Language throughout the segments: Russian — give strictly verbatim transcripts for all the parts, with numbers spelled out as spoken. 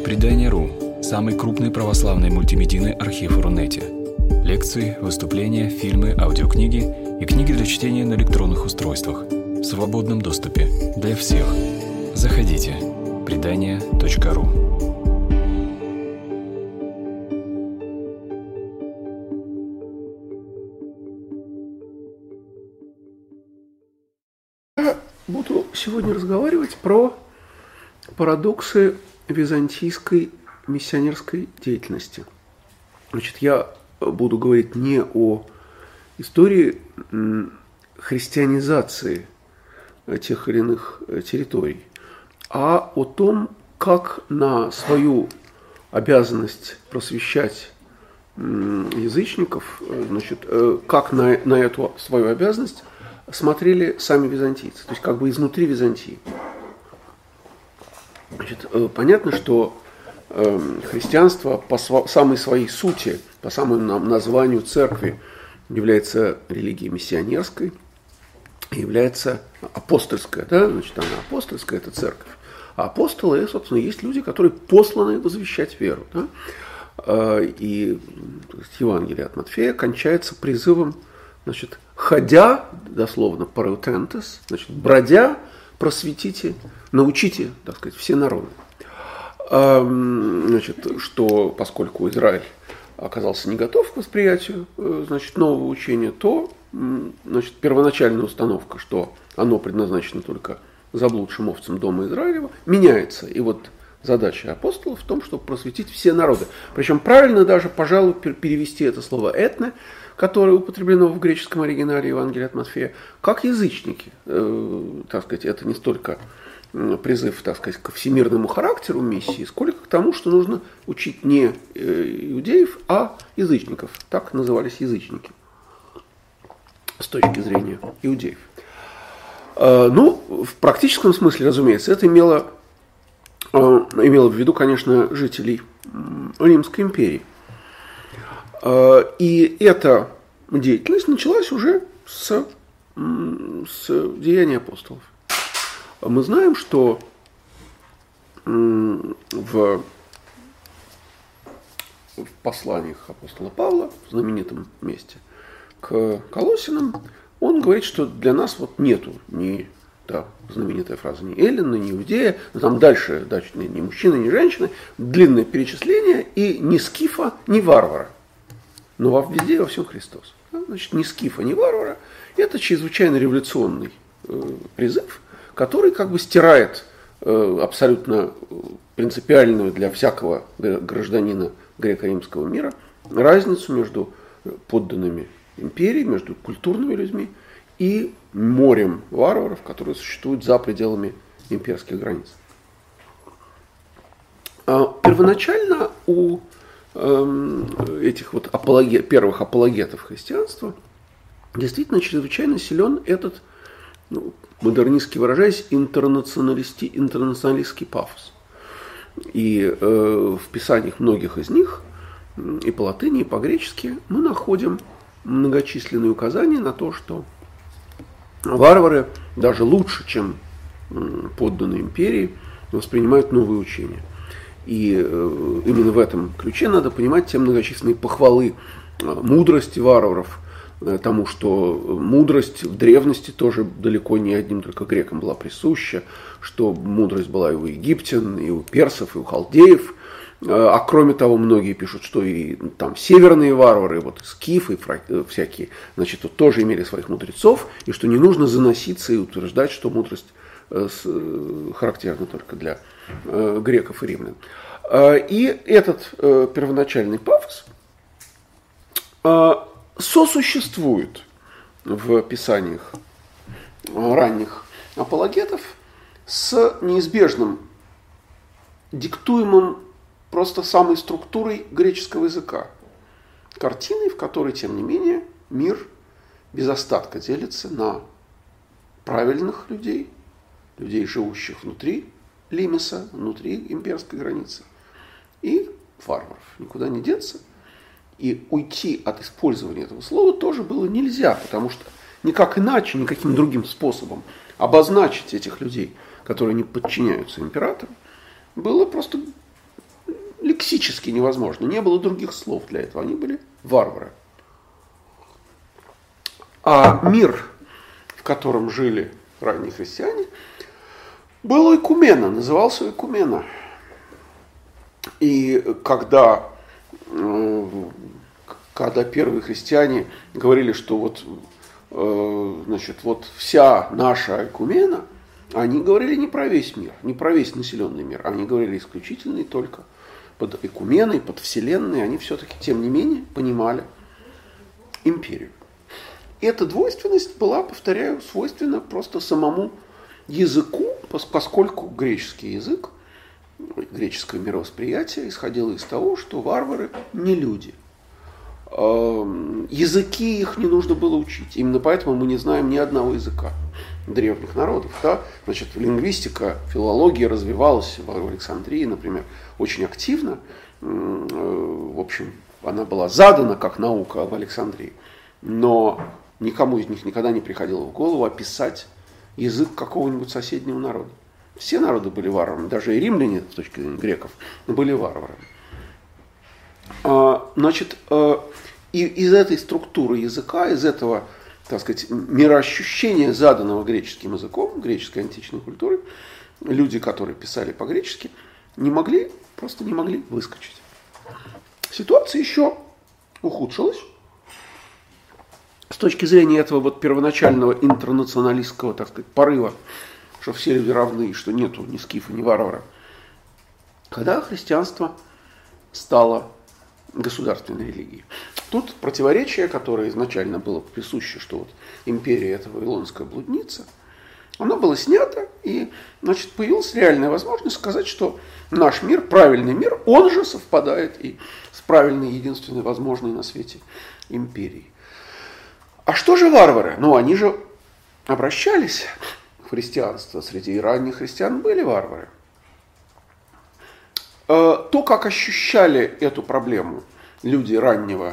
Предание.ру – самый крупный православный мультимедийный архив Рунете. Лекции, выступления, фильмы, аудиокниги и книги для чтения на электронных устройствах в свободном доступе для всех. Заходите. предание точка ру. Я буду сегодня разговаривать про парадоксы византийской миссионерской деятельности. Значит, я буду говорить не о истории христианизации тех или иных территорий, а о том, как на свою обязанность просвещать язычников, значит, как на, на эту свою обязанность смотрели сами византийцы, то есть как бы изнутри Византии. Значит, понятно, что христианство по самой своей сути, по самому названию церкви, является религией миссионерской, является апостольская, да, значит, она апостольская, это церковь. А апостолы, собственно, есть люди, которые посланы возвещать веру. Да? И Евангелие от Матфея кончается призывом, значит, ходя, дословно, пареутентес, значит, бродя, просветите, научите, так сказать, все народы. Значит, что поскольку Израиль оказался не готов к восприятию, значит, нового учения, то, значит, первоначальная установка, что оно предназначено только заблудшим овцам дома Израилева, меняется. И вот задача апостолов в том, чтобы просветить все народы. Причем правильно даже, пожалуй, перевести это слово «этне», которое употреблено в греческом оригинале Евангелия от Матфея, как язычники. Так сказать, это не столько призыв, так сказать, ко всемирному характеру миссии, сколько к тому, что нужно учить не иудеев, а язычников. Так назывались язычники с точки зрения иудеев. Ну, в практическом смысле, разумеется, это имело, имело в виду, конечно, жителей Римской империи. И эта деятельность началась уже с, с деяний апостолов. Мы знаем, что в, в посланиях апостола Павла, в знаменитом месте к Колоссянам, он говорит, что для нас вот нету ни, да, знаменитая фраза, ни эллина, ни иудея, но там дальше, дальше ни, ни мужчины, ни женщины, длинное перечисление, и ни скифа, ни варвара. Но везде во всем Христос. Значит, ни скифа, ни варвара. Это чрезвычайно революционный э, призыв, который как бы стирает э, абсолютно принципиальную для всякого гражданина греко-римского мира разницу между подданными империи, между культурными людьми и морем варваров, которые существуют за пределами имперских границ. А первоначально у э, этих вот апологет, первых апологетов христианства действительно чрезвычайно силен этот, ну, модернистски выражаясь, интернационалистский, интернационалистский пафос. И э, в писаниях многих из них, и по латыни, и по-гречески, мы находим многочисленные указания на то, что варвары даже лучше, чем подданные империи, воспринимают новые учения. И э, именно в этом ключе надо понимать те многочисленные похвалы э, мудрости варваров, тому, что мудрость в древности тоже далеко не одним только грекам была присуща, что мудрость была и у египтян, и у персов, и у халдеев. А кроме того, многие пишут, что и там северные варвары, вот скифы всякие, значит, вот, тоже имели своих мудрецов, и что не нужно заноситься и утверждать, что мудрость характерна только для греков и римлян. И этот первоначальный пафос сосуществует в писаниях ранних апологетов с неизбежным, диктуемым просто самой структурой греческого языка. Картиной, в которой, тем не менее, мир без остатка делится на правильных людей, людей, живущих внутри лимеса, внутри имперской границы, и варваров. Никуда не деться. И уйти от использования этого слова тоже было нельзя, потому что никак иначе, никаким другим способом обозначить этих людей, которые не подчиняются императору, было просто лексически невозможно. Не было других слов для этого. Они были варвары. А мир, в котором жили ранние христиане, был ойкумена, назывался ойкумена. И когда, когда первые христиане говорили, что вот, значит, вот вся наша ойкумена, они говорили не про весь мир, не про весь населенный мир, они говорили исключительно и только под ойкуменой, под вселенной, они все-таки, тем не менее, понимали империю. И эта двойственность была, повторяю, свойственна просто самому языку, поскольку греческий язык, греческое мировосприятие исходило из того, что варвары не люди. Языки их не нужно было учить. Именно поэтому мы не знаем ни одного языка древних народов. Да? Значит, лингвистика, филология развивалась в Александрии, например, очень активно. В общем, она была задана как наука в Александрии. Но никому из них никогда не приходило в голову описать язык какого-нибудь соседнего народа. Все народы были варварами, даже и римляне, с точки зрения греков, были варварами. Значит, и из этой структуры языка, из этого, так сказать, мироощущения, заданного греческим языком, греческой античной культурой, люди, которые писали по-гречески, не могли, просто не могли выскочить. Ситуация еще ухудшилась. С точки зрения этого вот первоначального интернационалистского, так сказать, порыва, что все люди равны, что нету ни скифа, ни варвара. Когда христианство стало государственной религией. Тут противоречие, которое изначально было присуще, что вот империя – это вавилонская блудница, оно было снято, и, значит, появилась реальная возможность сказать, что наш мир, правильный мир, он же совпадает и с правильной, единственной возможной на свете империей. А что же варвары? Ну, они же обращались в христианство. Среди ранних христиан были варвары. То, как ощущали эту проблему люди раннего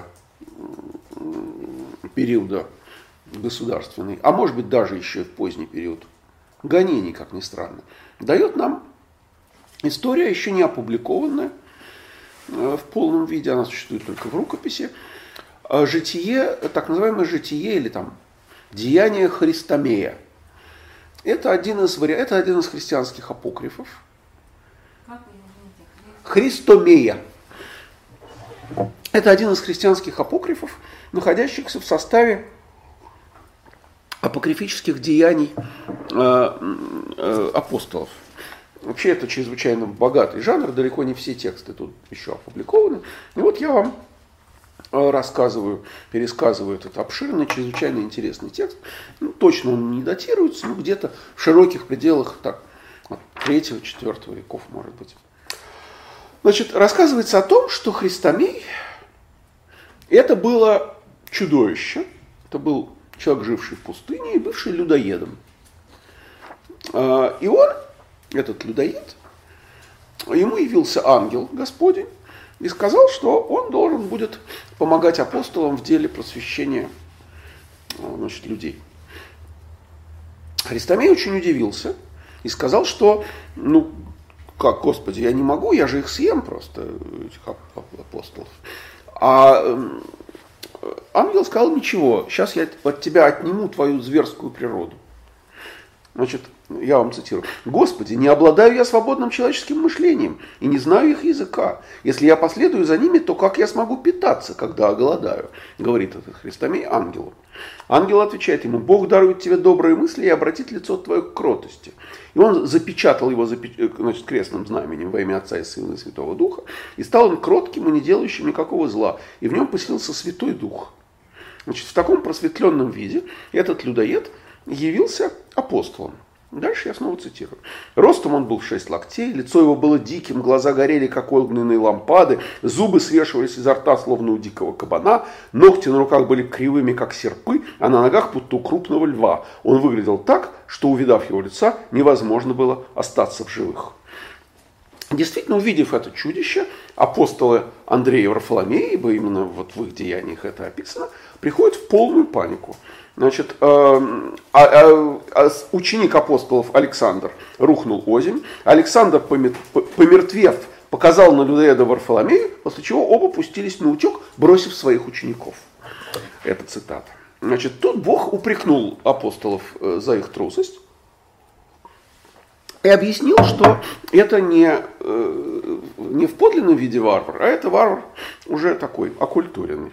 периода государственной, а может быть даже еще и в поздний период гонений, как ни странно, дает нам история, еще не опубликованная в полном виде, она существует только в рукописи, житие, так называемое житие или там деяние Христомея. Это один из, это один из христианских апокрифов. Христомея. Это один из христианских апокрифов, находящихся в составе апокрифических деяний э, э, апостолов. Вообще это чрезвычайно богатый жанр, далеко не все тексты тут еще опубликованы. И вот я вам рассказываю, пересказываю этот обширный, чрезвычайно интересный текст. Ну, точно он не датируется, но где-то в широких пределах так, от третьего-четвёртого веков, может быть. Значит, рассказывается о том, что Христомей это было чудовище, это был человек, живший в пустыне и бывший людоедом. И он, этот людоед, ему явился ангел Господень и сказал, что он должен будет помогать апостолам в деле просвещения, значит, людей. Христомей очень удивился и сказал, что, ну, как, Господи, я не могу, я же их съем просто, этих апостолов. А ангел сказал, ничего, сейчас я от тебя отниму твою зверскую природу. Значит, я вам цитирую. «Господи, не обладаю я свободным человеческим мышлением и не знаю их языка. Если я последую за ними, то как я смогу питаться, когда оголодаю?» Говорит этот Христомей ангелу. Ангел отвечает ему: «Бог дарует тебе добрые мысли и обратит лицо твое к кротости». И он запечатал его, значит, крестным знаменем во имя Отца и Сына и Святого Духа, и стал он кротким и не делающим никакого зла, и в нем поселился Святой Дух. Значит, в таком просветленном виде этот людоед явился апостолом. Дальше я снова цитирую. «Ростом он был в шесть локтей, лицо его было диким, глаза горели, как огненные лампады, зубы свешивались изо рта, словно у дикого кабана, ногти на руках были кривыми, как серпы, а на ногах будто у крупного льва. Он выглядел так, что, увидав его лица, невозможно было остаться в живых». Действительно, увидев это чудище, апостолы Андрей и Варфоломей, ибо именно вот в их деяниях это описано, приходят в полную панику. Значит, э, э, э, ученик апостолов Александр рухнул озимь. Александр, помертвев, показал на людоеда Варфоломея, после чего оба пустились на утек, бросив своих учеников. Это цитата. Значит, тут Бог упрекнул апостолов за их трусость и объяснил, что это не, не в подлинном виде варвар, а это варвар уже такой оккультуренный.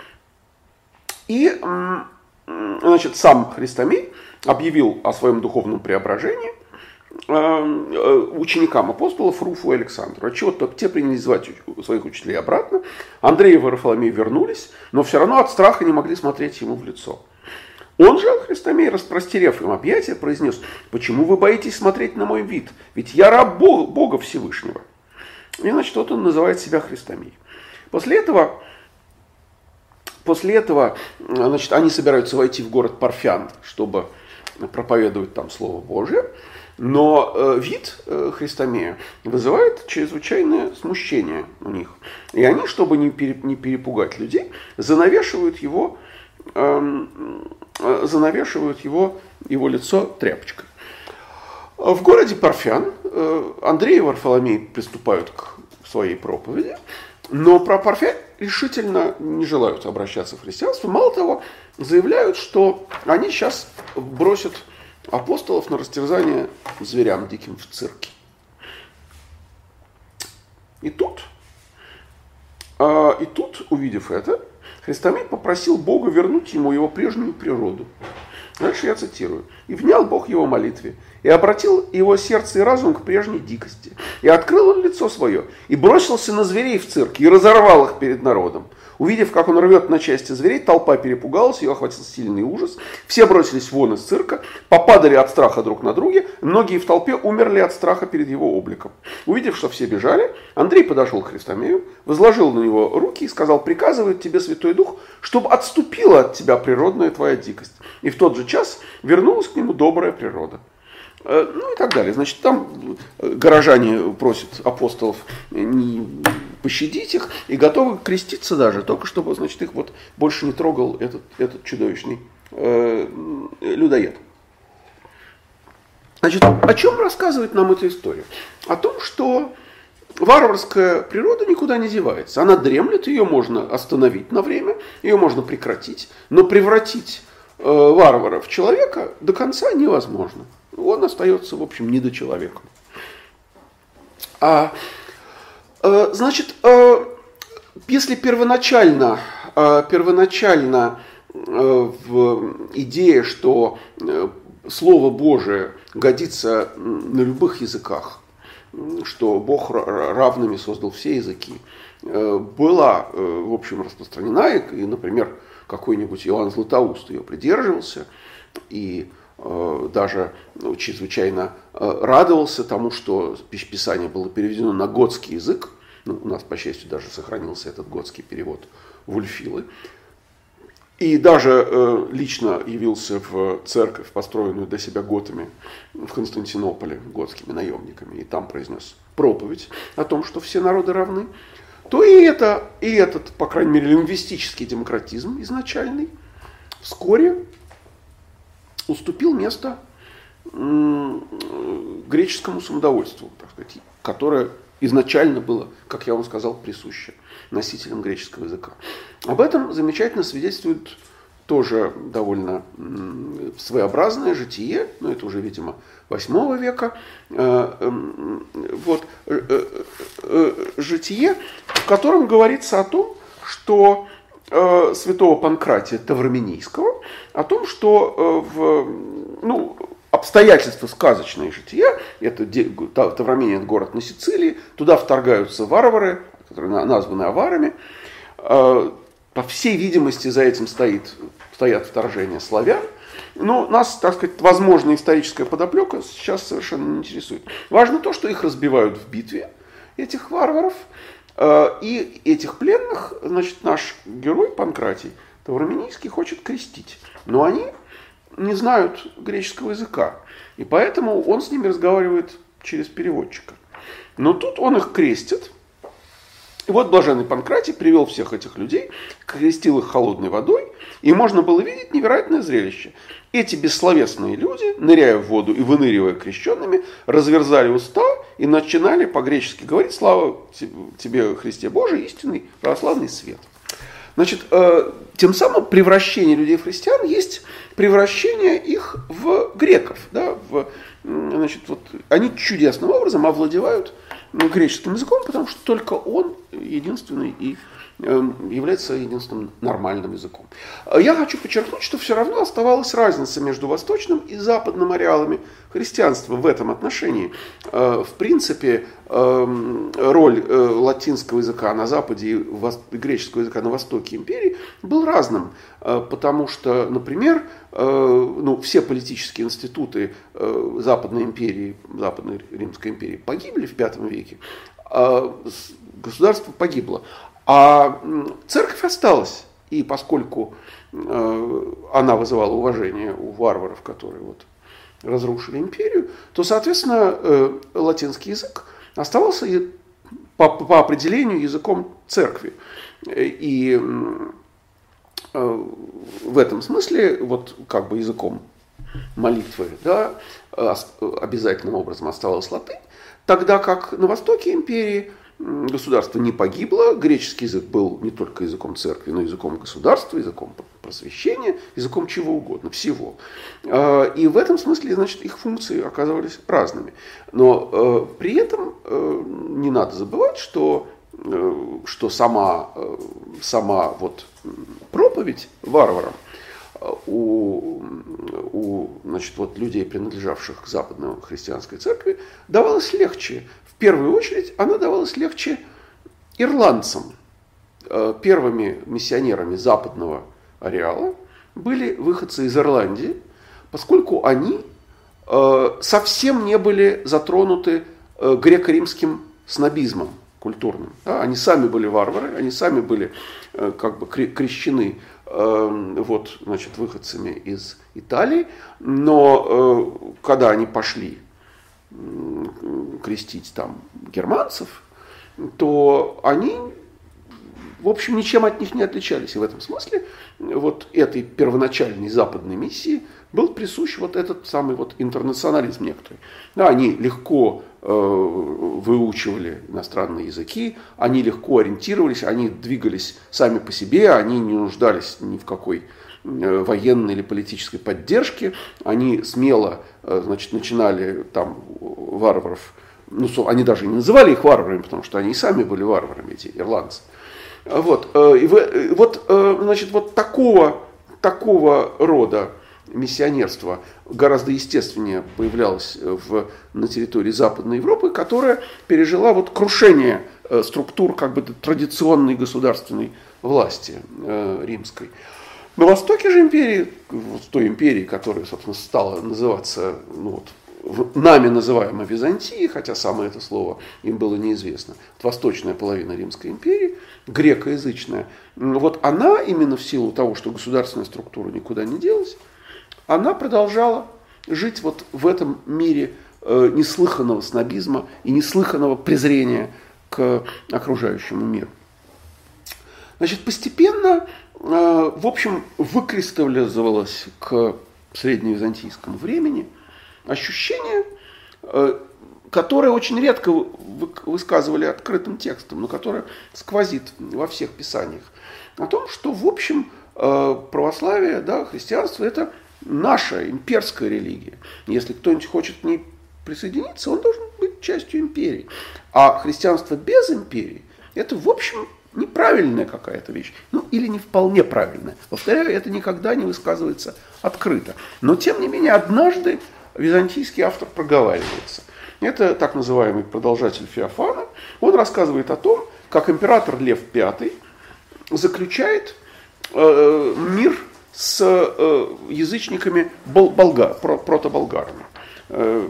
И, значит, сам Христомей объявил о своем духовном преображении ученикам апостолов Руфу и Александру. Отчего те принялись звать своих учителей обратно. Андрей и Варфоломей вернулись, но все равно от страха не могли смотреть ему в лицо. Он же, Христомей, распростерев им объятия, произнес: «Почему вы боитесь смотреть на мой вид? Ведь я раб Бога Всевышнего». И, значит, вот он называет себя Христомей. После этого, после этого значит, они собираются войти в город Парфян, чтобы проповедовать там Слово Божие. Но э, вид э, Христомея вызывает чрезвычайное смущение у них. И они, чтобы не, пере, не перепугать людей, занавешивают его, э, э, занавешивают его, его лицо тряпочкой. В городе Парфян э, Андрей и Варфоломей приступают к своей проповеди, но про Парфян решительно не желают обращаться в христианство. Мало того, заявляют, что они сейчас бросят апостолов на растерзание зверям диким в цирке. И тут, э, и тут, увидев это, Христомей попросил Бога вернуть ему его прежнюю природу. Дальше я цитирую. «И внял Бог его молитве, и обратил его сердце и разум к прежней дикости. И открыл он лицо свое, и бросился на зверей в цирке, и разорвал их перед народом. Увидев, как он рвет на части зверей, толпа перепугалась, ее охватил сильный ужас. Все бросились вон из цирка, попадали от страха друг на друге, многие в толпе умерли от страха перед его обликом. Увидев, что все бежали, Андрей подошел к Христомею, возложил на него руки и сказал: «Приказывает тебе Святой Дух, чтобы отступила от тебя природная твоя дикость». И в тот же час вернулась к нему добрая природа. Ну и так далее. Значит, там горожане просят апостолов не пощадить их и готовы креститься даже, только чтобы, значит, их вот больше не трогал этот, этот чудовищный э, людоед. Значит, о чем рассказывает нам эта история? О том, что варварская природа никуда не девается. Она дремлет, ее можно остановить на время, ее можно прекратить, но превратить э, варвара в человека до конца невозможно. Он остается, в общем, недочеловеком. А, э, значит, э, если первоначально, э, первоначально э, в идее, что э, Слово Божие годится на любых языках, что Бог равными создал все языки, э, была, э, в общем, распространена, и, например, какой-нибудь Иоанн Златоуст ее придерживался, и даже ну, чрезвычайно радовался тому, что Писание было переведено на готский язык. Ну, у нас, по счастью, даже сохранился этот готский перевод Вульфилы. И даже э, лично явился в церковь, построенную для себя готами в Константинополе, готскими наемниками, и там произнес проповедь о том, что все народы равны. То и, это, и этот, по крайней мере, лингвистический демократизм изначальный вскоре уступил место греческому самодовольству, так сказать, которое изначально было, как я вам сказал, присуще носителям греческого языка. Об этом замечательно свидетельствует тоже довольно своеобразное житие, но это уже, видимо, восьмого века, вот, житие, в котором говорится о том, что святого Панкратия Тавраменийского, о том, что в, ну, обстоятельства сказочные жития, это Таврамения, это город на Сицилии, туда вторгаются варвары, которые названы аварами, по всей видимости за этим стоит, стоят вторжения славян, но нас, так сказать, возможно, историческая подоплека сейчас совершенно не интересует. Важно то, что их разбивают в битве, этих варваров. И этих пленных, значит, наш герой Панкратий Тавраменийский хочет крестить. Но они не знают греческого языка. И поэтому он с ними разговаривает через переводчика. Но тут он их крестит. И вот блаженный Панкратий привел всех этих людей, крестил их холодной водой. И можно было видеть невероятное зрелище. Эти бессловесные люди, ныряя в воду и выныривая крещенными, разверзали уста и начинали по-гречески говорить «Слава тебе, Христе Божий, истинный православный свет». Значит, тем самым превращение людей в христиан есть превращение их в греков. Да, в, значит, вот, они чудесным образом овладевают греческим языком, потому что только он единственный и является единственным нормальным языком. Я хочу подчеркнуть, что все равно оставалась разница между восточным и западным ареалами христианства в этом отношении. В принципе, роль латинского языка на западе и греческого языка на востоке империи был разным, потому что, например, ну, все политические институты Западной империи, Западной Римской империи погибли в пятом веке, а государство погибло. А церковь осталась, и поскольку э, она вызывала уважение у варваров, которые вот разрушили империю, то, соответственно, э, латинский язык оставался по, по определению языком церкви. И э, в этом смысле, вот как бы языком молитвы, да, обязательным образом оставалась латынь, тогда как на востоке империи государство не погибло, греческий язык был не только языком церкви, но и языком государства, языком просвещения, языком чего угодно, всего. И в этом смысле, значит, их функции оказывались разными. Но при этом не надо забывать, что, что сама, сама вот проповедь варварам у, у значит, вот людей, принадлежавших к западной христианской церкви, давалась легче. В первую очередь она давалась легче ирландцам. Первыми миссионерами западного ареала были выходцы из Ирландии, поскольку они совсем не были затронуты греко-римским снобизмом культурным. Они сами были варвары, они сами были как бы крещены вот, значит, выходцами из Италии, но когда они пошли крестить там германцев, то они, в общем, ничем от них не отличались. И в этом смысле вот этой первоначальной западной миссии был присущ вот этот самый вот интернационализм некоторый. Да, они легко э, выучивали иностранные языки, они легко ориентировались, они двигались сами по себе, они не нуждались ни в какой военной или политической поддержки, они смело, значит, начинали там варваров, ну, они даже не называли их варварами, потому что они и сами были варварами, эти ирландцы. Вот, и вот, значит, вот такого, такого рода миссионерство гораздо естественнее появлялось в, на территории Западной Европы, которая пережила вот крушение структур как бы традиционной государственной власти э, римской. На востоке же империи, в той империи, которая, собственно, стала называться, ну, вот, нами называемой Византией, хотя самое это слово им было неизвестно, восточная половина Римской империи, грекоязычная, вот она именно в силу того, что государственная структура никуда не делась, она продолжала жить вот в этом мире э, неслыханного снобизма и неслыханного презрения к окружающему миру. Значит, постепенно, э, в общем, выкристаллизовалось к средневизантийскому времени ощущение, э, которое очень редко высказывали открытым текстом, но которое сквозит во всех писаниях, о том, что, в общем, э, православие, да, христианство – это наша имперская религия. Если кто-нибудь хочет к ней присоединиться, он должен быть частью империи. А христианство без империи – это, в общем, неправильная какая-то вещь. Ну, или не вполне правильная. Повторяю, это никогда не высказывается открыто. Но, тем не менее, однажды византийский автор проговаривается. Это так называемый продолжатель Феофана. Он рассказывает о том, как император Лев Пятый заключает э, мир с э, язычниками болгар, протоболгарами. Э,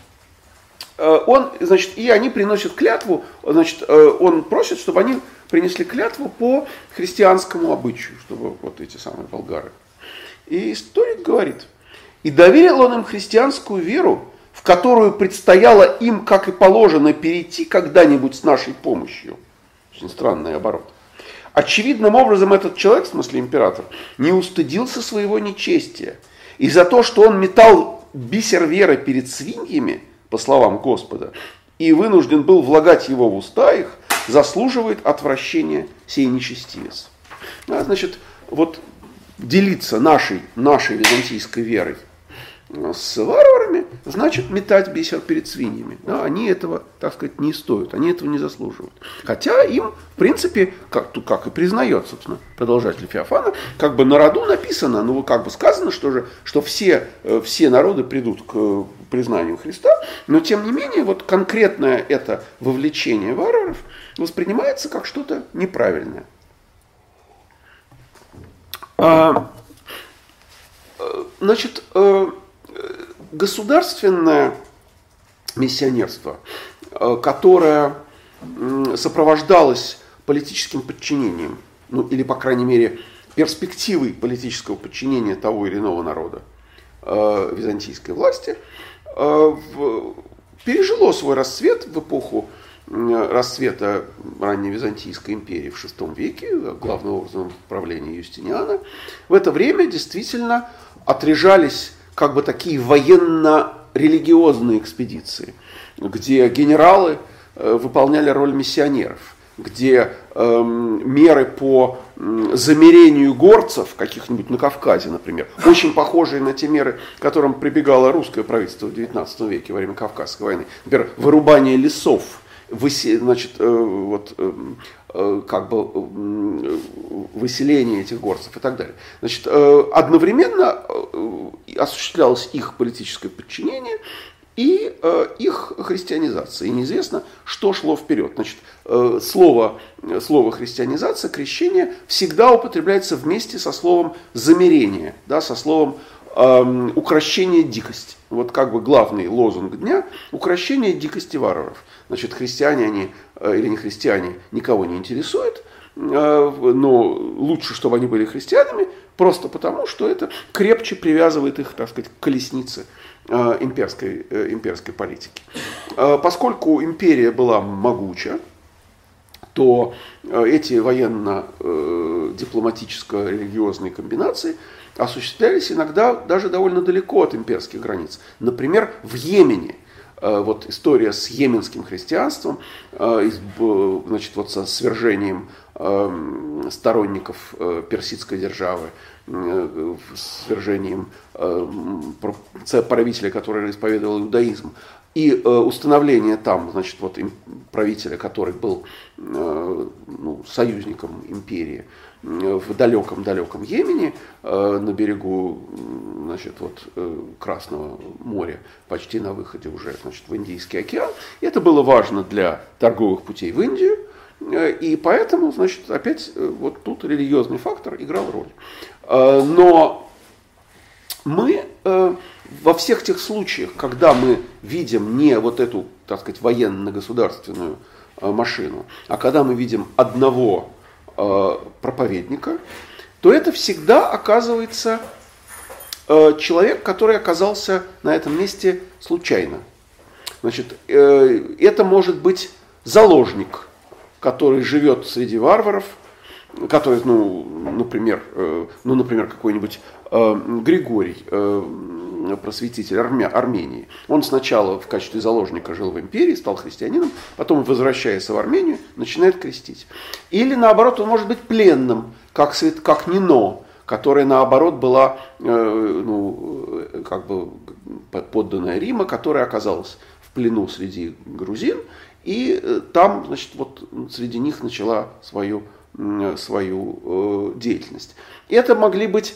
он, значит, и они приносят клятву, значит, э, он просит, чтобы они принесли клятву по христианскому обычаю, чтобы вот эти самые болгары. И историк говорит: и доверил он им христианскую веру, в которую предстояло им, как и положено, перейти когда-нибудь с нашей помощью. Очень странный оборот. Очевидным образом этот человек, в смысле император, не устыдился своего нечестия. И за то, что он метал бисер веры перед свиньями, по словам Господа, и вынужден был влагать его в уста их, заслуживает отвращения сей нечестивец. А, значит, вот делиться нашей, нашей византийской верой с варварами, значит метать бисер перед свиньями. Да, они этого, так сказать, не стоят, они этого не заслуживают. Хотя им, в принципе, как, как и признает, собственно, продолжатель Феофана, как бы на роду написано, ну, как бы сказано, что, же, что все, все народы придут к признанию Христа, но, тем не менее, вот конкретное это вовлечение варваров воспринимается как что-то неправильное. А, значит, государственное миссионерство, которое сопровождалось политическим подчинением, ну или, по крайней мере, перспективой политического подчинения того или иного народа э, византийской власти, э, в, пережило свой расцвет в эпоху э, расцвета ранней Византийской империи в шестом веке, главным образом в правлении Юстиниана. В это время действительно отряжались как бы такие военно-религиозные экспедиции, где генералы э, выполняли роль миссионеров, где э, меры по э, замерению горцев, каких-нибудь на Кавказе, например, очень похожие на те меры, к которым прибегало русское правительство в девятнадцатом веке во время Кавказской войны. Например, вырубание лесов, высе, значит, э, вот, э, э, как бы э, выселение этих горцев и так далее. Значит, э, одновременно э, осуществлялось их политическое подчинение и э, их христианизация. И неизвестно, что шло вперед. Значит, э, слово, слово христианизация, крещение всегда употребляется вместе со словом замерение, да, со словом э, укрощение дикости. Вот как бы главный лозунг дня – укрощение дикости варваров. Значит, христиане они э, или не христиане никого не интересуют, э, но лучше, чтобы они были христианами, просто потому, что это крепче привязывает их, так сказать, к колеснице имперской, имперской политики. Поскольку империя была могуча, то эти военно-дипломатическо-религиозные комбинации осуществлялись иногда даже довольно далеко от имперских границ. Например, в Йемене. Вот история с йеменским христианством, значит, вот со свержением сторонников персидской державы, свержением правителя, который исповедовал иудаизм, и установление там, значит, вот правителя, который был, ну, союзником империи в далеком-далеком Йемене, на берегу, значит, вот, Красного моря, почти на выходе уже, значит, в Индийский океан. Это было важно для торговых путей в Индию, и поэтому, значит, опять вот тут религиозный фактор играл роль. Но мы во всех тех случаях, когда мы видим не вот эту, так сказать, военно-государственную машину, а когда мы видим одного проповедника, то это всегда оказывается человек, который оказался на этом месте случайно. Значит, это может быть заложник, который живет среди варваров, который, ну, например, ну, например, какой-нибудь Григорий, просветитель Армении. Он сначала в качестве заложника жил в империи, стал христианином, потом, возвращаясь в Армению, начинает крестить. Или, наоборот, он может быть пленным, как, как Нино, которая, наоборот, была, ну, как бы подданная Рима, которая оказалась в плену среди грузин, и там, значит, вот среди них начала свою, свою деятельность. Это могли быть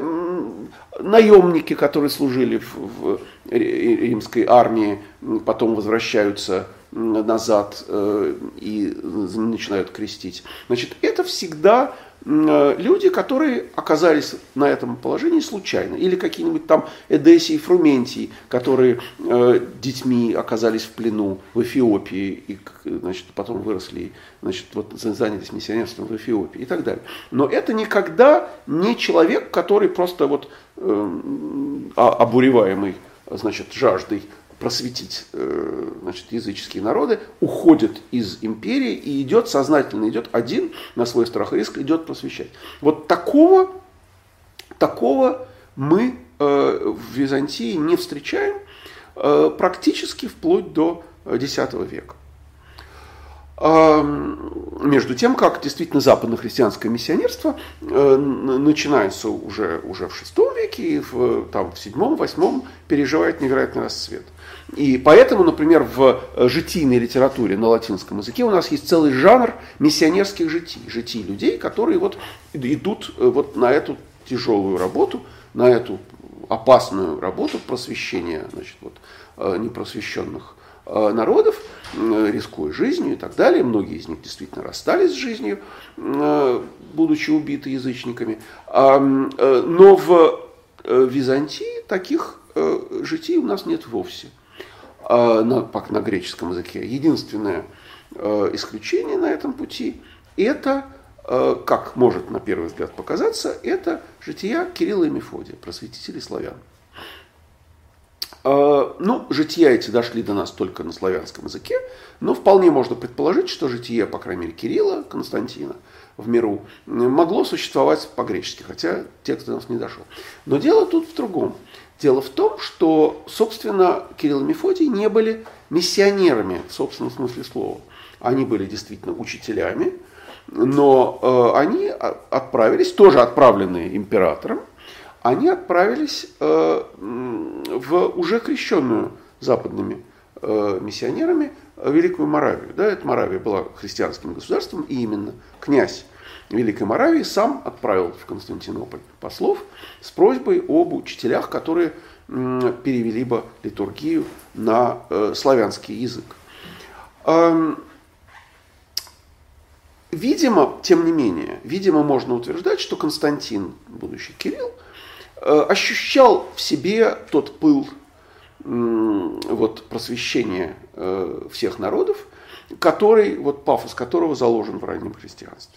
наемники, которые служили в, в римской армии, потом возвращаются назад и начинают крестить. Значит, это всегда люди, которые оказались на этом положении случайно. Или какие-нибудь там Эдессий и Фрументий, которые э, детьми оказались в плену в Эфиопии и, значит, потом выросли, значит, вот, занялись миссионерством в Эфиопии и так далее. Но это никогда не человек, который просто вот, э, обуреваемый, значит, жаждой просветить, значит, языческие народы, уходит из империи и идет, сознательно идет один, на свой страх и риск идет просвещать. Вот такого, такого мы в Византии не встречаем практически вплоть до X века. Между тем, как действительно западно-христианское миссионерство начинается уже, уже в шестом веке и в, там, в седьмом-восьмом переживает невероятный расцвет. И поэтому, например, в житийной литературе на латинском языке у нас есть целый жанр миссионерских житий, житий людей, которые вот идут вот на эту тяжелую работу, на эту опасную работу просвещения, значит, вот, непросвещенных народов, рискуя жизнью и так далее. Многие из них действительно расстались с жизнью, будучи убиты язычниками. Но в Византии таких житий у нас нет вовсе, на, на греческом языке. Единственное исключение на этом пути – это, как может на первый взгляд показаться, это жития Кирилла и Мефодия, просветителей славян. Ну, жития эти дошли до нас только на славянском языке, но вполне можно предположить, что житие, по крайней мере, Кирилла, Константина в миру могло существовать по-гречески, хотя текст до нас не дошел. Но дело тут в другом. Дело в том, что, собственно, Кирилл и Мефодий не были миссионерами в собственном смысле слова. Они были действительно учителями, но э, они отправились, тоже отправленные императором, они отправились э, в уже крещенную западными э, миссионерами Великую Моравию. Да, эта Моравия была христианским государством, и именно князь Великой Моравии сам отправил в Константинополь послов с просьбой об учителях, которые э, перевели бы литургию на э, славянский язык. Э, видимо, тем не менее, видимо, можно утверждать, что Константин, будущий Кирилл, ощущал в себе тот пыл вот, просвещения всех народов, который, вот, пафос которого заложен в раннем христианстве.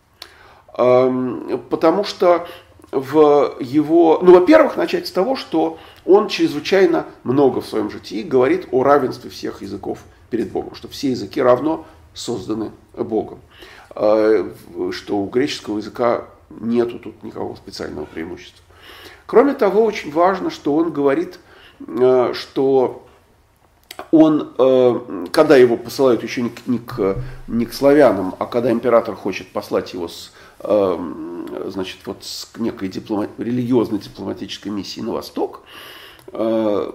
Потому что в его... Ну, во-первых, начать с того, что он чрезвычайно много в своем житии говорит о равенстве всех языков перед Богом, что все языки равно созданы Богом, что у греческого языка нету тут никакого специального преимущества. Кроме того, очень важно, что он говорит, что он, когда его посылают еще не к, не к, не к славянам, а когда император хочет послать его с, значит, вот с некой диплома, религиозной дипломатической миссией на восток, то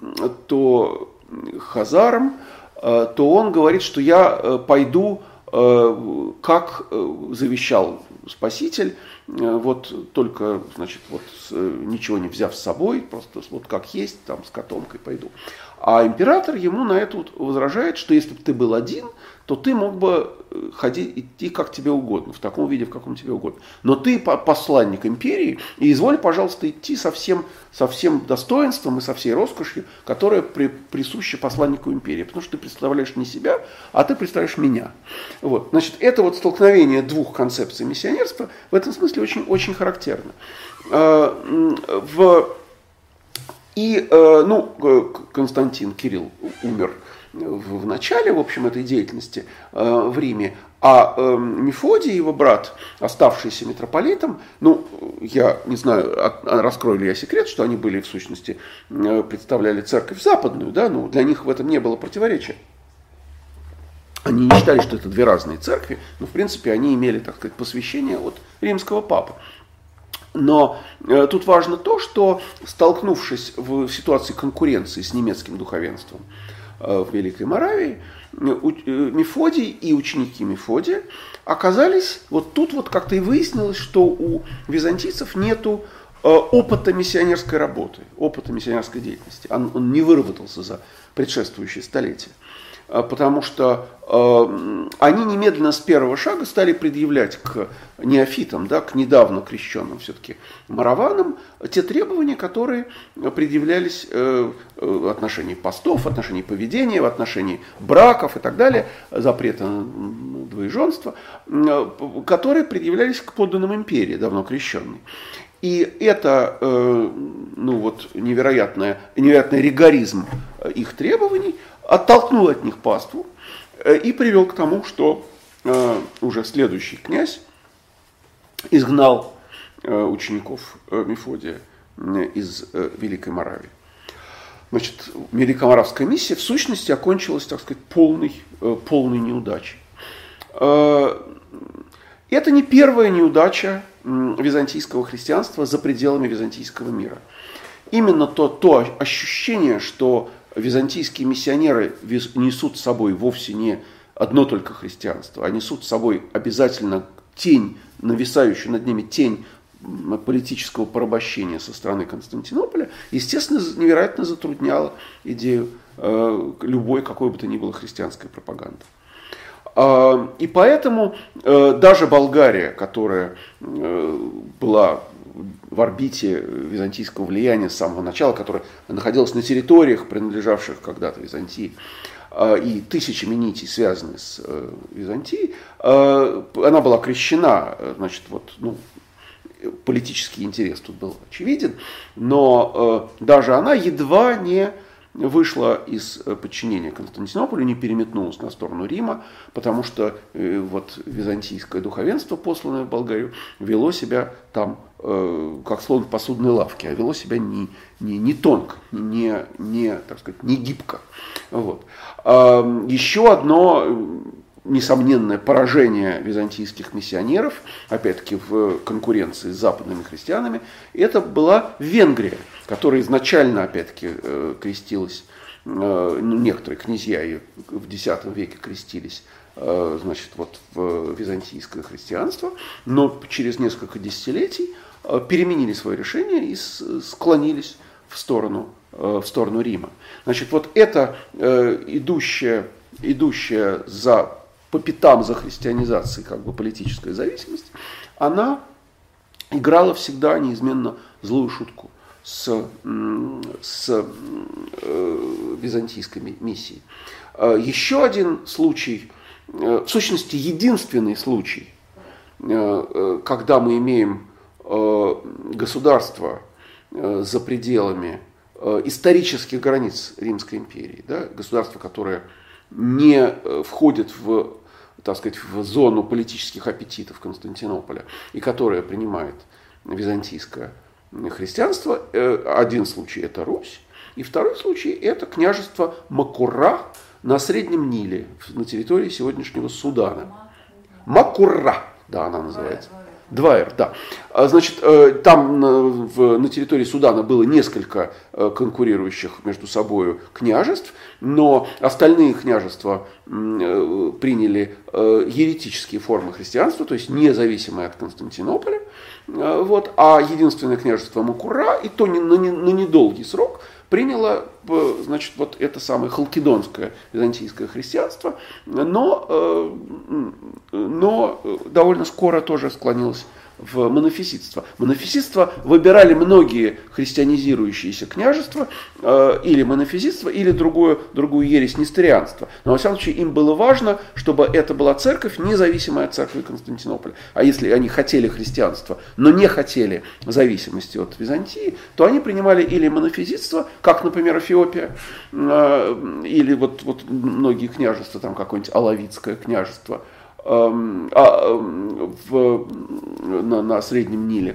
хазарам, то он говорит, что я пойду, как завещал Спаситель, вот только, значит, вот ничего не взяв с собой, просто вот как есть, там с котомкой пойду. А император ему на это возражает, что если бы ты был один, то ты мог бы ходить, идти как тебе угодно, в таком виде, в каком тебе угодно. Но ты посланник империи, и изволь, пожалуйста, идти со всем, со всем достоинством и со всей роскошью, которая при, присуща посланнику империи. Потому что ты представляешь не себя, а ты представляешь меня. Вот. Значит, это вот столкновение двух концепций миссионерства в этом смысле очень, очень характерно. В... И, ну, Константин, Кирилл умер в начале, в общем, этой деятельности в Риме, а Мефодий, его брат, оставшийся митрополитом, ну, я не знаю, раскрою ли я секрет, что они были, в сущности, представляли церковь западную, да, но для них в этом не было противоречия. Они не считали, что это две разные церкви, но, в принципе, они имели, так сказать, посвящение от римского папы. Но э, тут важно то, что, столкнувшись в ситуации конкуренции с немецким духовенством э, в Великой Моравии, э, э, Мефодий и ученики Мефодия оказались, вот тут вот как-то и выяснилось, что у византийцев нету э, опыта миссионерской работы, опыта миссионерской деятельности. Он, он не выработался за предшествующие столетия. Потому что э, они немедленно с первого шага стали предъявлять к неофитам, да, к недавно крещенным все-таки мараванам, те требования, которые предъявлялись э, в отношении постов, в отношении поведения, в отношении браков и так далее, запрета на двоеженство, э, которые предъявлялись к подданным империи, давно крещенной. И это э, ну, вот, невероятный, невероятный ригоризм их требований оттолкнул от них паству и привел к тому, что э, уже следующий князь изгнал э, учеников э, Мефодия из э, Великой Моравии. значит, Великоморавская миссия в сущности окончилась, так сказать, полной, полной неудачей. Это не первая неудача византийского христианства за пределами византийского мира. Именно то, то ощущение, что византийские миссионеры несут с собой вовсе не одно только христианство, а несут с собой обязательно тень, нависающую над ними тень политического порабощения со стороны Константинополя, естественно, невероятно затрудняло идею э, любой, какой бы то ни было христианской пропаганды. Э, и поэтому э, даже Болгария, которая э, была в орбите византийского влияния с самого начала, которая находилась на территориях, принадлежавших когда-то Византии, и тысячами нитей, связанных с Византией, она была крещена, значит, вот, ну, политический интерес тут был очевиден, но даже она едва не вышла из подчинения Константинополю, не переметнулась на сторону Рима, потому что вот византийское духовенство, посланное в Болгарию, вело себя там как слон в посудной лавке, а вело себя не, не, не тонко, не, не, так сказать, не гибко. Вот. Еще одно несомненное поражение византийских миссионеров, опять-таки в конкуренции с западными христианами, это была Венгрия, которая изначально, опять-таки, крестилась, ну, некоторые князья ее в десятом веке крестились, значит, вот в византийское христианство, но через несколько десятилетий переменили свое решение и склонились в сторону, в сторону Рима. Значит, вот эта идущая, идущая за, по пятам за христианизацией как бы политическая зависимость, она играла всегда неизменно злую шутку с, с э, византийской миссией. Еще один случай, в сущности единственный случай, когда мы имеем государство за пределами исторических границ Римской империи, да, государство, которое не входит в, так сказать, в зону политических аппетитов Константинополя и которое принимает византийское христианство. Один случай – это Русь, и второй случай – это княжество Макурра на Среднем Ниле, на территории сегодняшнего Судана. Макурра, да, она называется. Дваер, да. Значит, там в, на территории Судана было несколько конкурирующих между собой княжеств, но остальные княжества приняли еретические формы христианства, то есть независимые от Константинополя. Вот, а единственное княжество Макурра, и то на, на недолгий срок, приняло, значит, вот это самое халкидонское византийское христианство, но, но довольно скоро тоже склонилось в монофизитство. Монофизитство выбирали многие христианизирующиеся княжества, э, или монофизитство, или другую, другую ересь несторианство. Но, во всяком случае, им было важно, чтобы это была церковь, независимая от церкви Константинополя. А если они хотели христианства, но не хотели зависимости от Византии, то они принимали или монофизитство, как, например, Эфиопия, э, или вот, вот многие княжества, там какое-нибудь Алавитское княжество, А, в, на, на Среднем Ниле,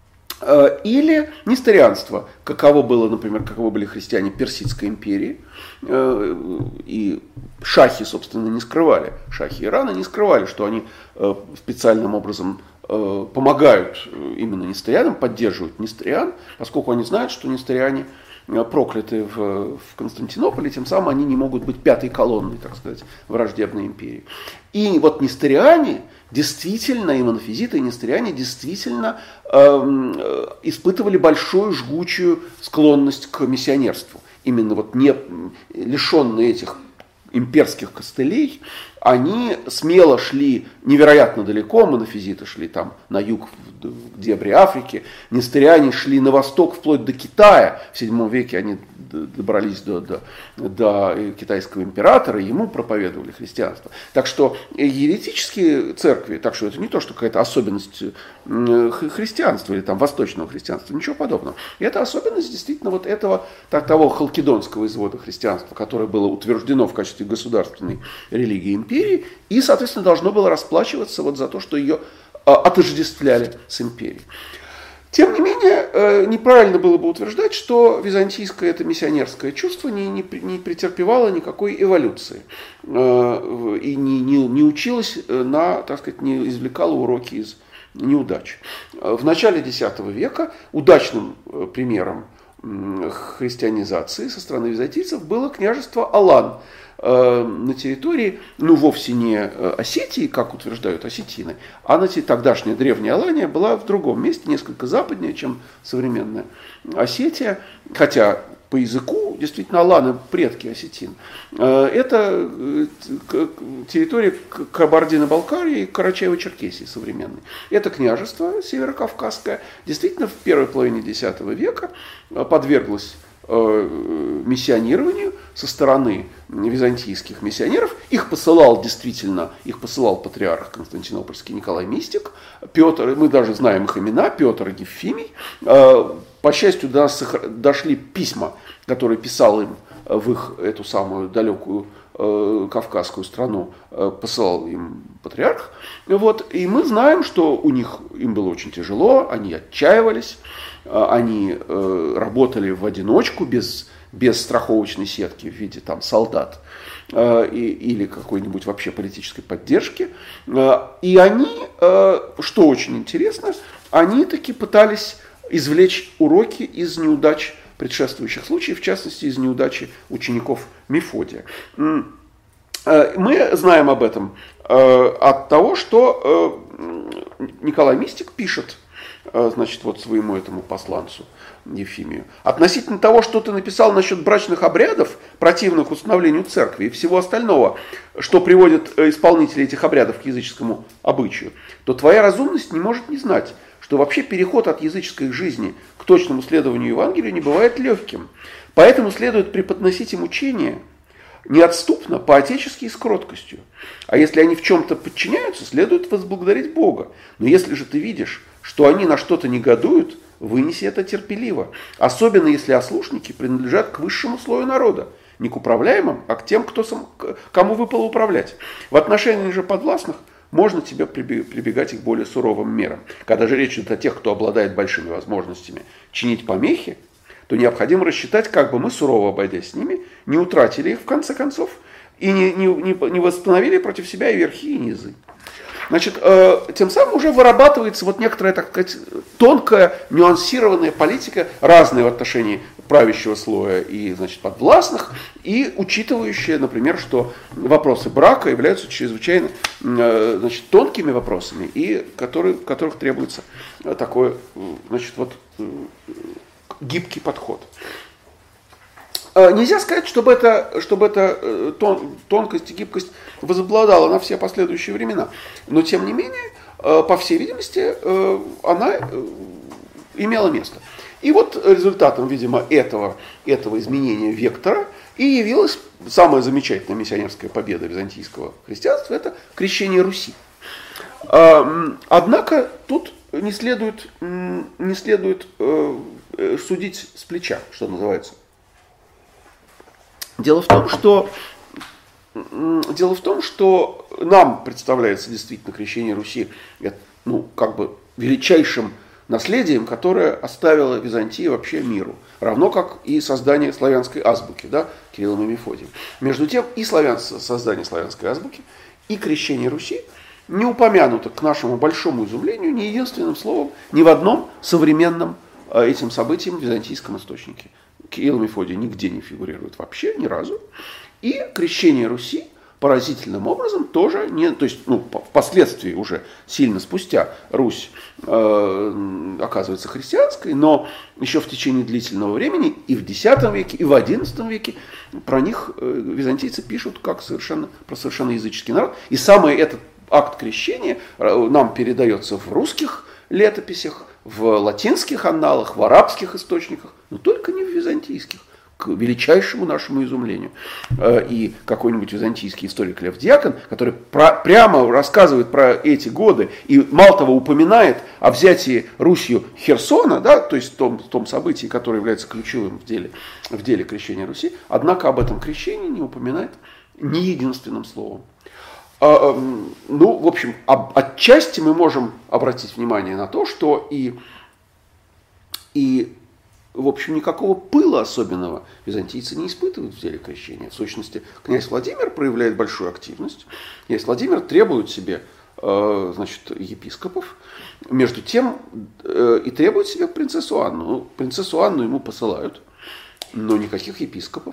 или несторианство, каково было, например, каково были христиане Персидской империи, и шахи, собственно, не скрывали, шахи Ирана не скрывали, что они специальным образом помогают именно несторианам, поддерживают несториан, поскольку они знают, что несториане прокляты в, в Константинополе, тем самым они не могут быть пятой колонной, так сказать, враждебной империи. И вот несториане действительно, и монофизиты, и несториане действительно э, испытывали большую жгучую склонность к миссионерству. Именно вот не лишенные этих имперских костылей, они смело шли невероятно далеко, монофизиты шли там на юг, в дебри Африки, несториане шли на восток, вплоть до Китая. В седьмом веке они добрались до, до, до китайского императора, и ему проповедовали христианство. Так что еретические церкви, так что это не то, что какая-то особенность христианства или там восточного христианства, ничего подобного. И это особенность действительно вот этого, так, того халкидонского извода христианства, которое было утверждено в качестве государственной религии империи, и, соответственно, должно было расплачиваться вот за то, что ее отождествляли с империей. Тем не менее, неправильно было бы утверждать, что византийское это миссионерское чувство не, не, не претерпевало никакой эволюции и не, не, не училось на, так сказать, не извлекало уроки из неудач. В начале десятого века удачным примером христианизации со стороны византийцев было княжество Алан на территории, ну, вовсе не Осетии, как утверждают осетины, а на тогдашняя древняя Алания была в другом месте, несколько западнее, чем современная Осетия, хотя по языку действительно аланы предки осетин. Это территория Кабардино-Балкарии и Карачаево-Черкесии современной. Это княжество северокавказское действительно в первой половине десятого века подверглось миссионированию со стороны византийских миссионеров. Их посылал действительно, их посылал патриарх Константинопольский Николай Мистик, Петр, мы даже знаем их имена, Петр и Евфимий. По счастью, до нас дошли письма, которые писал им в их эту самую далекую кавказскую страну, посылал им патриарх. Вот. И мы знаем, что у них, им было очень тяжело, они отчаивались, они работали в одиночку, без, без страховочной сетки в виде там, солдат или какой-нибудь вообще политической поддержки. И они, что очень интересно, они таки пытались извлечь уроки из неудач предшествующих случаев, в частности, из неудачи учеников Мефодия. Мы знаем об этом от того, что Николай Мистик пишет, значит, вот своему этому посланцу Ефимию. Относительно того, что ты написал насчет брачных обрядов, противных установлению церкви и всего остального, что приводит исполнителей этих обрядов к языческому обычаю, то твоя разумность не может не знать, что вообще переход от языческой жизни к точному следованию Евангелию не бывает легким. Поэтому следует преподносить им учение неотступно, по-отечески и с кроткостью. А если они в чем-то подчиняются, следует возблагодарить Бога. Но если же ты видишь, что они на что-то негодуют, вынеси это терпеливо. Особенно если ослушники принадлежат к высшему слою народа. Не к управляемым, а к тем, кто сам, кому выпало управлять. В отношении же подвластных можно тебе прибегать и к более суровым мерам. Когда же речь идет о тех, кто обладает большими возможностями чинить помехи, то необходимо рассчитать, как бы мы, сурово обойдясь с ними, не утратили их в конце концов и не, не, не восстановили против себя и верхи, и низы. Значит, э, тем самым уже вырабатывается вот некоторая, так сказать, тонкая, нюансированная политика, разная в отношении правящего слоя и, значит, подвластных, и учитывающая, например, что вопросы брака являются чрезвычайно, э, значит, тонкими вопросами, и которые, в которых требуется такой, значит, вот, э, гибкий подход. Нельзя сказать, чтобы эта, чтобы эта тон, тонкость и гибкость возобладала на все последующие времена. Но, тем не менее, по всей видимости, она имела место. И вот результатом, видимо, этого, этого изменения вектора и явилась самая замечательная миссионерская победа византийского христианства – это крещение Руси. Однако тут не следует, не следует судить с плеча, что называется. Дело в том, что, дело в том, что нам представляется действительно крещение Руси ну, как бы величайшим наследием, которое оставила Византия вообще миру. Равно как и создание славянской азбуки, да, Кириллом и Мефодием. Между тем и славян, создание славянской азбуки, и крещение Руси не упомянуто, к нашему большому изумлению, ни единственным словом, ни в одном современном этим событиям в византийском источнике. Кирилл и Мефодий нигде не фигурируют вообще, ни разу. И крещение Руси поразительным образом тоже не, то есть, ну, впоследствии уже сильно спустя Русь э, оказывается христианской, но еще в течение длительного времени и в десятом веке, и в одиннадцатом веке про них э, византийцы пишут как совершенно, про совершенно языческий народ. И самый этот акт крещения нам передается в русских летописях, в латинских анналах, в арабских источниках, но только не в византийских, к величайшему нашему изумлению. И какой-нибудь византийский историк Лев Дьякон, который про, прямо рассказывает про эти годы и мало того упоминает о взятии Русью Херсона, да, то есть в том, в том событии, которое является ключевым в деле, в деле крещения Руси, однако об этом крещении не упоминает ни единственным словом. Ну, в общем, отчасти мы можем обратить внимание на то, что и И, в общем, никакого пыла особенного византийцы не испытывают в деле крещения. В сущности, князь Владимир проявляет большую активность. Князь Владимир требует себе, значит, епископов. Между тем и требует себе принцессу Анну. Ну, принцессу Анну ему посылают, но никаких епископов,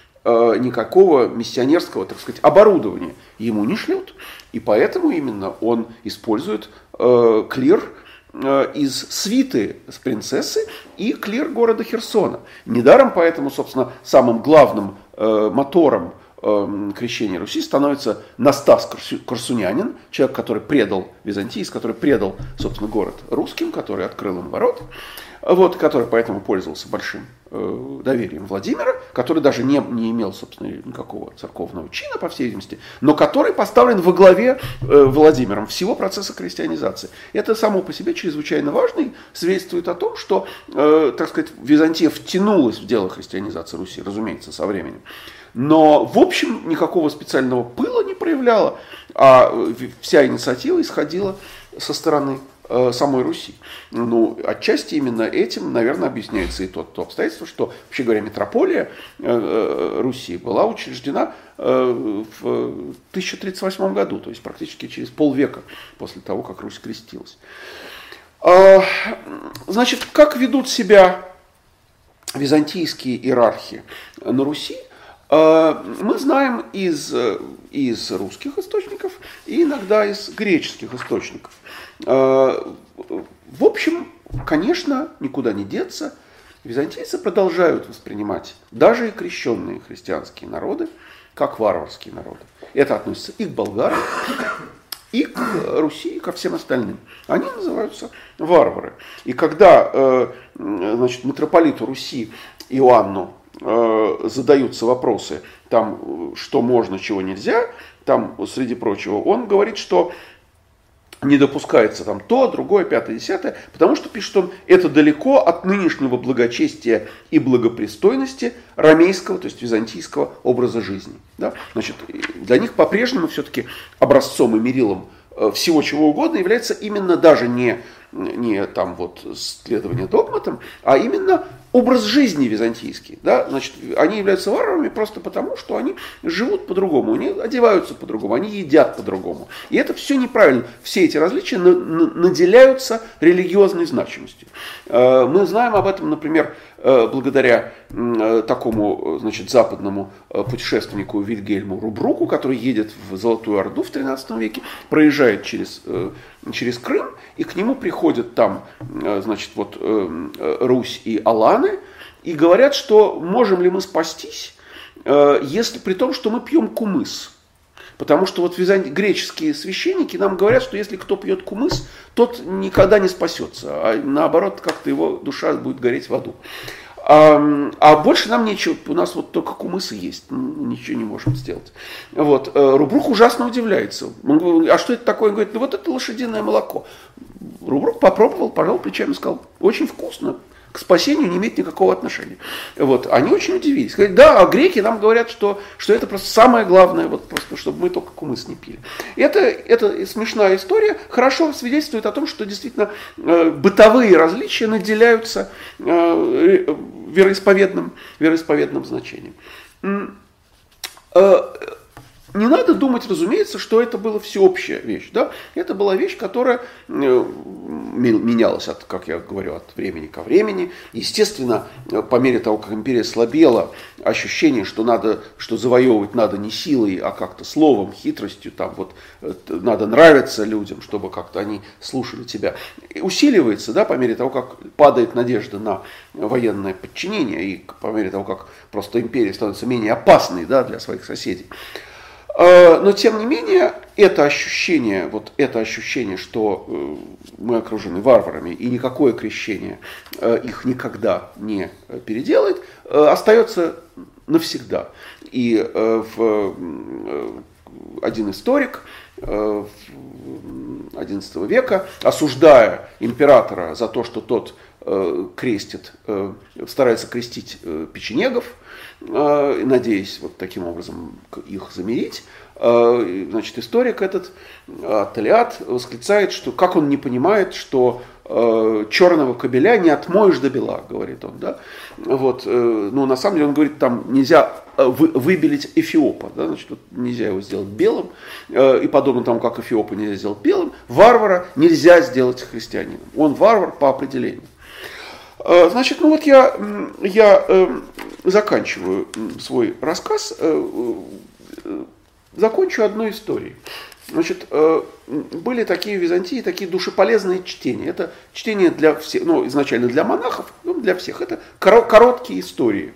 никакого миссионерского, так сказать, оборудования ему не шлют. И поэтому именно он использует клир из свиты с принцессы и клир города Херсона. Недаром поэтому, собственно, самым главным мотором крещения Руси становится Настас Корсунянин, человек, который предал Византийс, который предал, собственно, город русским, который открыл им ворота, вот, который поэтому пользовался большим э, доверием Владимира, который даже не, не имел, собственно, никакого церковного чина, по всей видимости, но который поставлен во главе э, Владимиром всего процесса христианизации. Это само по себе чрезвычайно важно и свидетельствует о том, что, э, так сказать, Византия втянулась в дело христианизации Руси, разумеется, со временем. Но, в общем, никакого специального пыла не проявляла, а вся инициатива исходила со стороны э, самой Руси. Ну, отчасти именно этим, наверное, объясняется и то, то обстоятельство, что, вообще говоря, митрополия э, Руси была учреждена э, в тысяча тридцать восьмом году, то есть практически через полвека после того, как Русь крестилась. Э, значит, как ведут себя византийские иерархи на Руси, мы знаем из, из русских источников и иногда из греческих источников. В общем, конечно, никуда не деться. Византийцы продолжают воспринимать даже и крещенные христианские народы как варварские народы. Это относится и к болгарам, и к Руси, и ко всем остальным. Они называются варвары. И когда, значит, митрополиту Руси Иоанну задаются вопросы, там, что можно, чего нельзя, там, среди прочего, он говорит, что не допускается там то, другое, пятое, десятое, потому что, пишет он, это далеко от нынешнего благочестия и благопристойности ромейского, то есть византийского образа жизни. Да? Значит, для них по-прежнему все-таки образцом и мерилом всего чего угодно является именно даже не, не там вот следование догматам, а именно образ жизни византийский. Да? Значит, они являются варварами просто потому, что они живут по-другому, они одеваются по-другому, они едят по-другому. И это все неправильно. Все эти различия на, на, наделяются религиозной значимостью. Мы знаем об этом, например, благодаря такому, значит, западному путешественнику Вильгельму Рубруку, который едет в Золотую Орду в тринадцатом веке, проезжает через, через Крым, и к нему приходят там, значит, вот Русь и Аланы, и говорят, что можем ли мы спастись, если при том, что мы пьем кумыс. Потому что вот византи... греческие священники нам говорят, что если кто пьет кумыс, тот никогда не спасется, а наоборот, как-то его душа будет гореть в аду. А, а больше нам нечего, у нас вот только кумысы есть, ничего не можем сделать. Вот. Рубрук ужасно удивляется. Он говорит, а что это такое? Он говорит, ну вот это лошадиное молоко. Рубрук попробовал, пожал плечами и сказал, очень вкусно. К спасению не имеет никакого отношения. Вот. Они очень удивились. Говорят, да, а греки нам говорят, что, что это просто самое главное, вот просто, чтобы мы только кумыс не пили. Это, это смешная история, хорошо свидетельствует о том, что действительно э, бытовые различия наделяются э, вероисповедным, вероисповедным значением. Э, Не надо думать, разумеется, что это была всеобщая вещь. Да? Это была вещь, которая менялась, от, как я говорю, от времени ко времени. Естественно, по мере того, как империя слабела, ощущение, что, надо, что завоевывать надо не силой, а как-то словом, хитростью, там, вот, надо нравиться людям, чтобы как-то они слушали тебя, усиливается, да, по мере того, как падает надежда на военное подчинение, и по мере того, как просто империя становится менее опасной, да, для своих соседей. Но, тем не менее, это ощущение, вот это ощущение, что мы окружены варварами, и никакое крещение их никогда не переделает, остается навсегда. И в один историк одиннадцатого века, осуждая императора за то, что тот крестит, старается крестить печенегов, надеясь вот таким образом их замирить, значит, историк этот, Талиат, восклицает, что как он не понимает, что э, черного кобеля не отмоешь до бела, говорит он. Да? Вот, э, ну, на самом деле он говорит, там нельзя вы, выбелить Эфиопа, да? Значит, вот нельзя его сделать белым, э, и подобно тому, как Эфиопа нельзя сделать белым, варвара нельзя сделать христианином. Он варвар по определению. Э, значит, ну вот я, я э, заканчиваю свой рассказ, э, э, закончу одной историей. Значит, были такие в Византии, такие душеполезные чтения. Это чтение для всех, ну, изначально для монахов, ну, для всех. Это короткие истории,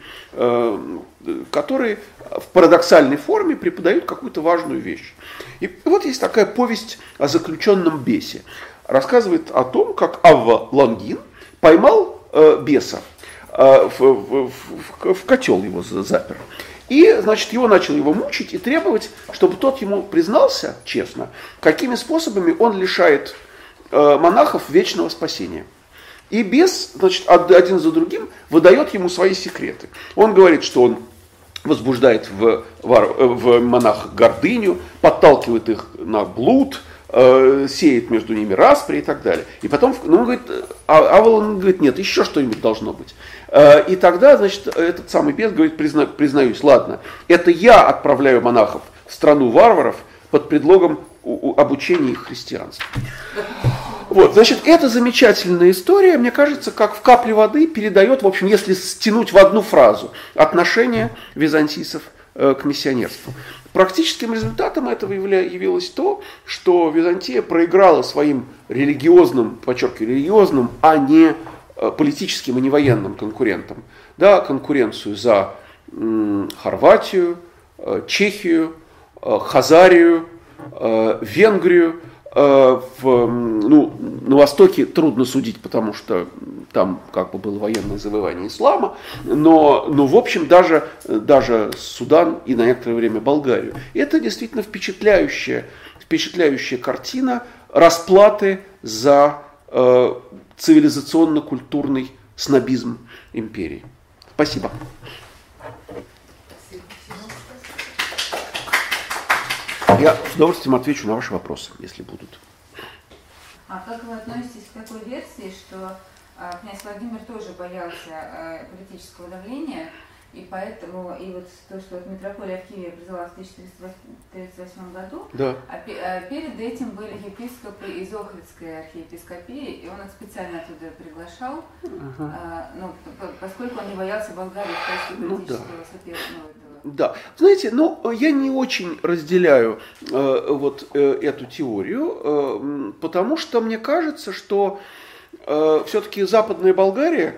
которые в парадоксальной форме преподают какую-то важную вещь. И вот есть такая повесть о заключенном бесе. Рассказывает о том, как Авва Лонгин поймал беса, в, в, в, в котел его запер. И, значит, его начал его мучить и требовать, чтобы тот ему признался честно, какими способами он лишает э, монахов вечного спасения. И бес, значит, один за другим выдает ему свои секреты. Он говорит, что он возбуждает в, в монахах гордыню, подталкивает их на блуд, э, сеет между ними распри и так далее. И потом, ну, он говорит, а Авалон говорит, нет, еще что-нибудь должно быть. И тогда, значит, этот самый бес говорит, призна, признаюсь, ладно, это я отправляю монахов в страну варваров под предлогом обучения их христианству. Вот, значит, эта замечательная история, мне кажется, как в капле воды передает, в общем, если стянуть в одну фразу, отношение византийцев к миссионерству. Практическим результатом этого явилось то, что Византия проиграла своим религиозным, подчеркиваю, религиозным, а не политическим и не военным конкурентам, да, конкуренцию за м, Хорватию, э, Чехию, э, Хазарию, э, Венгрию. Э, в, ну, на Востоке трудно судить, потому что там как бы было военное завоевание ислама, но, но в общем даже, даже Судан и на некоторое время Болгарию. Это действительно впечатляющая, впечатляющая картина расплаты за э, цивилизационно-культурный снобизм империи. Спасибо. Я с удовольствием отвечу на ваши вопросы, если будут. А как вы относитесь к такой версии, что а, князь Владимир тоже боялся а, политического давления, и поэтому, и вот то, что вот митрополия в Киеве образовалась в тысяча триста тридцать восьмом году, да. а, а перед этим были епископы из Охридской архиепископии, и он их специально оттуда приглашал, ага. а, ну, поскольку он не боялся Болгарии в качестве политического ну, да. соперника. Да, знаете, ну, я не очень разделяю э, вот э, эту теорию, э, потому что мне кажется, что э, все-таки Западная Болгария,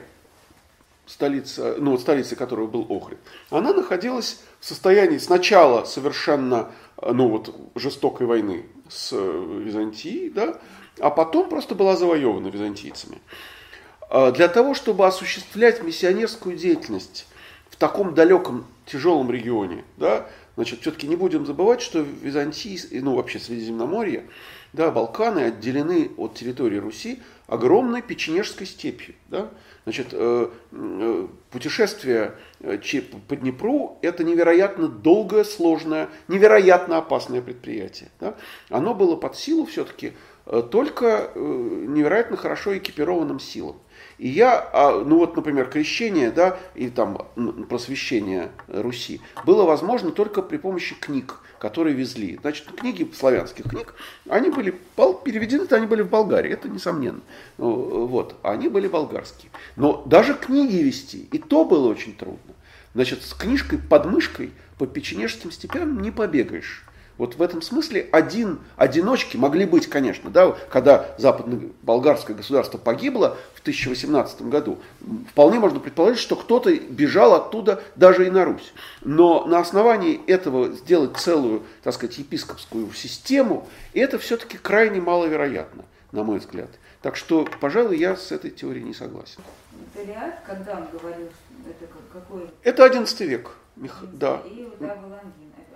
столица, ну, вот столица которой был Охрид, она находилась в состоянии сначала совершенно, ну, вот, жестокой войны с Византией, да, а потом просто была завоевана византийцами. Э, для того, чтобы осуществлять миссионерскую деятельность в таком далеком, тяжелом регионе, да, значит, все-таки не будем забывать, что Византия, ну, вообще Средиземноморье, да, Балканы отделены от территории Руси огромной печенежской степью, да. Значит, э, э, путешествие по Днепру – это невероятно долгое, сложное, невероятно опасное предприятие, да. Оно было под силу все-таки э, только э, невероятно хорошо экипированным силам. И я, ну вот, например, крещение, да, и там просвещение Руси было возможно только при помощи книг, которые везли. Значит, книги славянских книг, они были переведены, они были в Болгарии, это несомненно. Вот, они были болгарские. Но даже книги вести, и то было очень трудно. Значит, с книжкой под мышкой по печенежским степям не побегаешь. Вот в этом смысле один, одиночки могли быть, конечно, да, когда западно-болгарское государство погибло в тысяча восемнадцатом году, вполне можно предположить, что кто-то бежал оттуда даже и на Русь. Но на основании этого сделать целую, так сказать, епископскую систему, это все-таки крайне маловероятно, на мой взгляд. Так что, пожалуй, я с этой теорией не согласен. Илиад, когда он говорил, это какой? Это одиннадцатый век. Да. И да, Валангин.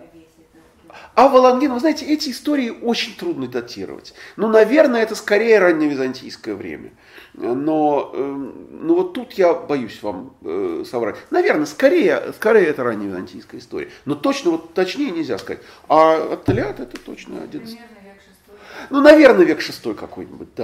А Валангин, вы знаете, эти истории очень трудно датировать. Ну, наверное, это скорее ранневизантийское время. Но э, ну, вот тут я боюсь вам э, соврать. Наверное, скорее, скорее это ранневизантийская история. Но точно, вот точнее нельзя сказать. А Илиад это точно одиннадцатый. Примерно век шестой. Ну, наверное, век шестой какой-нибудь, да.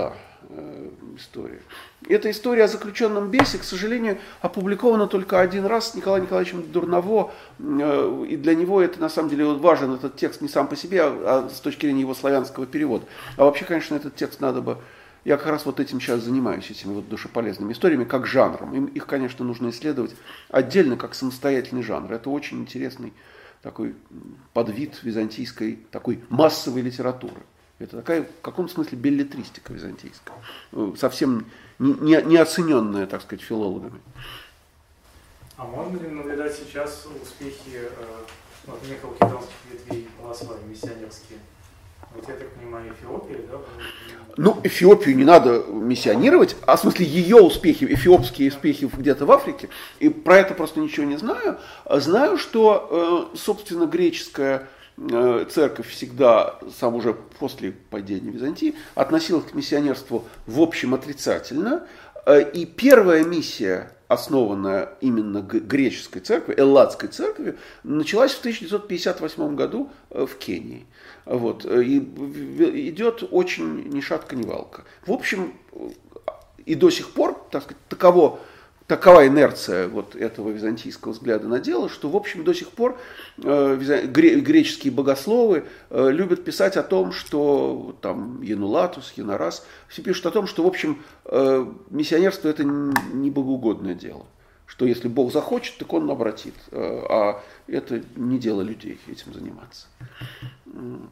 история. Эта история о заключенном бесе, к сожалению, опубликована только один раз Николаем Николаевичем Дурново, и для него это на самом деле важен этот текст не сам по себе, а с точки зрения его славянского перевода. А вообще, конечно, этот текст надо бы... Я как раз вот этим сейчас занимаюсь, этими вот душеполезными историями, как жанром. Им, их, конечно, нужно исследовать отдельно, как самостоятельный жанр. Это очень интересный такой подвид византийской, такой массовой литературы. Это такая, в каком смысле, беллетристика византийская, совсем не, не, не оцененная, так сказать, филологами. А можно ли наблюдать сейчас успехи э, вот, мехалокедонских ветвей православия, миссионерские? Вот я так понимаю, Эфиопия, да? Ну, Эфиопию не надо миссионировать, а в смысле ее успехи, эфиопские успехи где-то в Африке, и про это просто ничего не знаю. Знаю, что, собственно, греческая церковь всегда, сам уже после падения Византии, относилась к миссионерству в общем отрицательно. И первая миссия, основанная именно греческой церковью, элладской церковью, началась в тысяча девятьсот пятьдесят восьмом году в Кении. Вот. И идет очень ни шатка, ни валка. В общем, и до сих пор, так сказать, таково, такова инерция вот этого византийского взгляда на дело, что, в общем, до сих пор э, греческие богословы э, любят писать о том, что там Янулатус, Янорас, все пишут о том, что, в общем, э, миссионерство это не богоугодное дело. Что если Бог захочет, так он обратит. Э, а это не дело людей этим заниматься. Вот.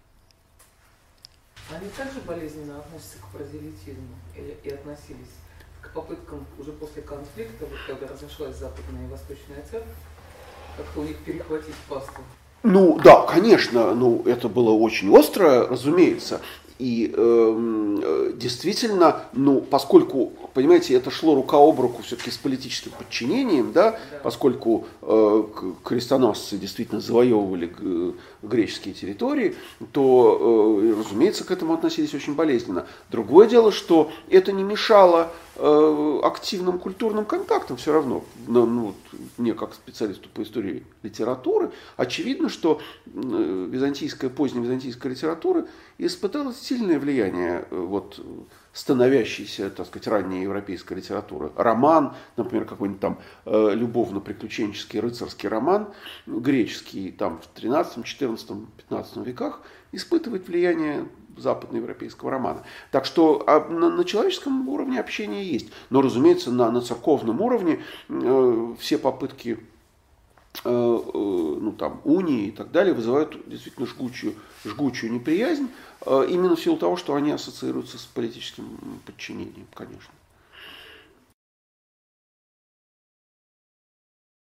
Они также болезненно относятся к прозелитизму или и относились к попыткам уже после конфликта, вот когда разошлась Западная и Восточная Церковь, как-то у них перехватить паству? Ну да, конечно, ну это было очень остро, разумеется. И э, действительно, ну, поскольку, понимаете, это шло рука об руку все-таки с политическим подчинением, да, да. Поскольку э, крестоносцы действительно завоевывали э, греческие территории, то, э, разумеется, к этому относились очень болезненно. Другое дело, что это не мешало э, активным культурным контактам все равно. Ну, ну, мне, как специалисту по истории литературы, очевидно, что э, византийская, поздняя византийская литература испытала сильное влияние вот, становящейся, так сказать, ранней европейской литературы. Роман, например, какой-нибудь там э, любовно-приключенческий рыцарский роман, греческий, там в тринадцатом, четырнадцатом, пятнадцатом веках, испытывает влияние западноевропейского романа. Так что а на, на человеческом уровне общение есть. Но, разумеется, на, на церковном уровне э, все попытки ну, там, унии и так далее вызывают действительно жгучую, жгучую неприязнь, именно в силу того, что они ассоциируются с политическим подчинением, конечно.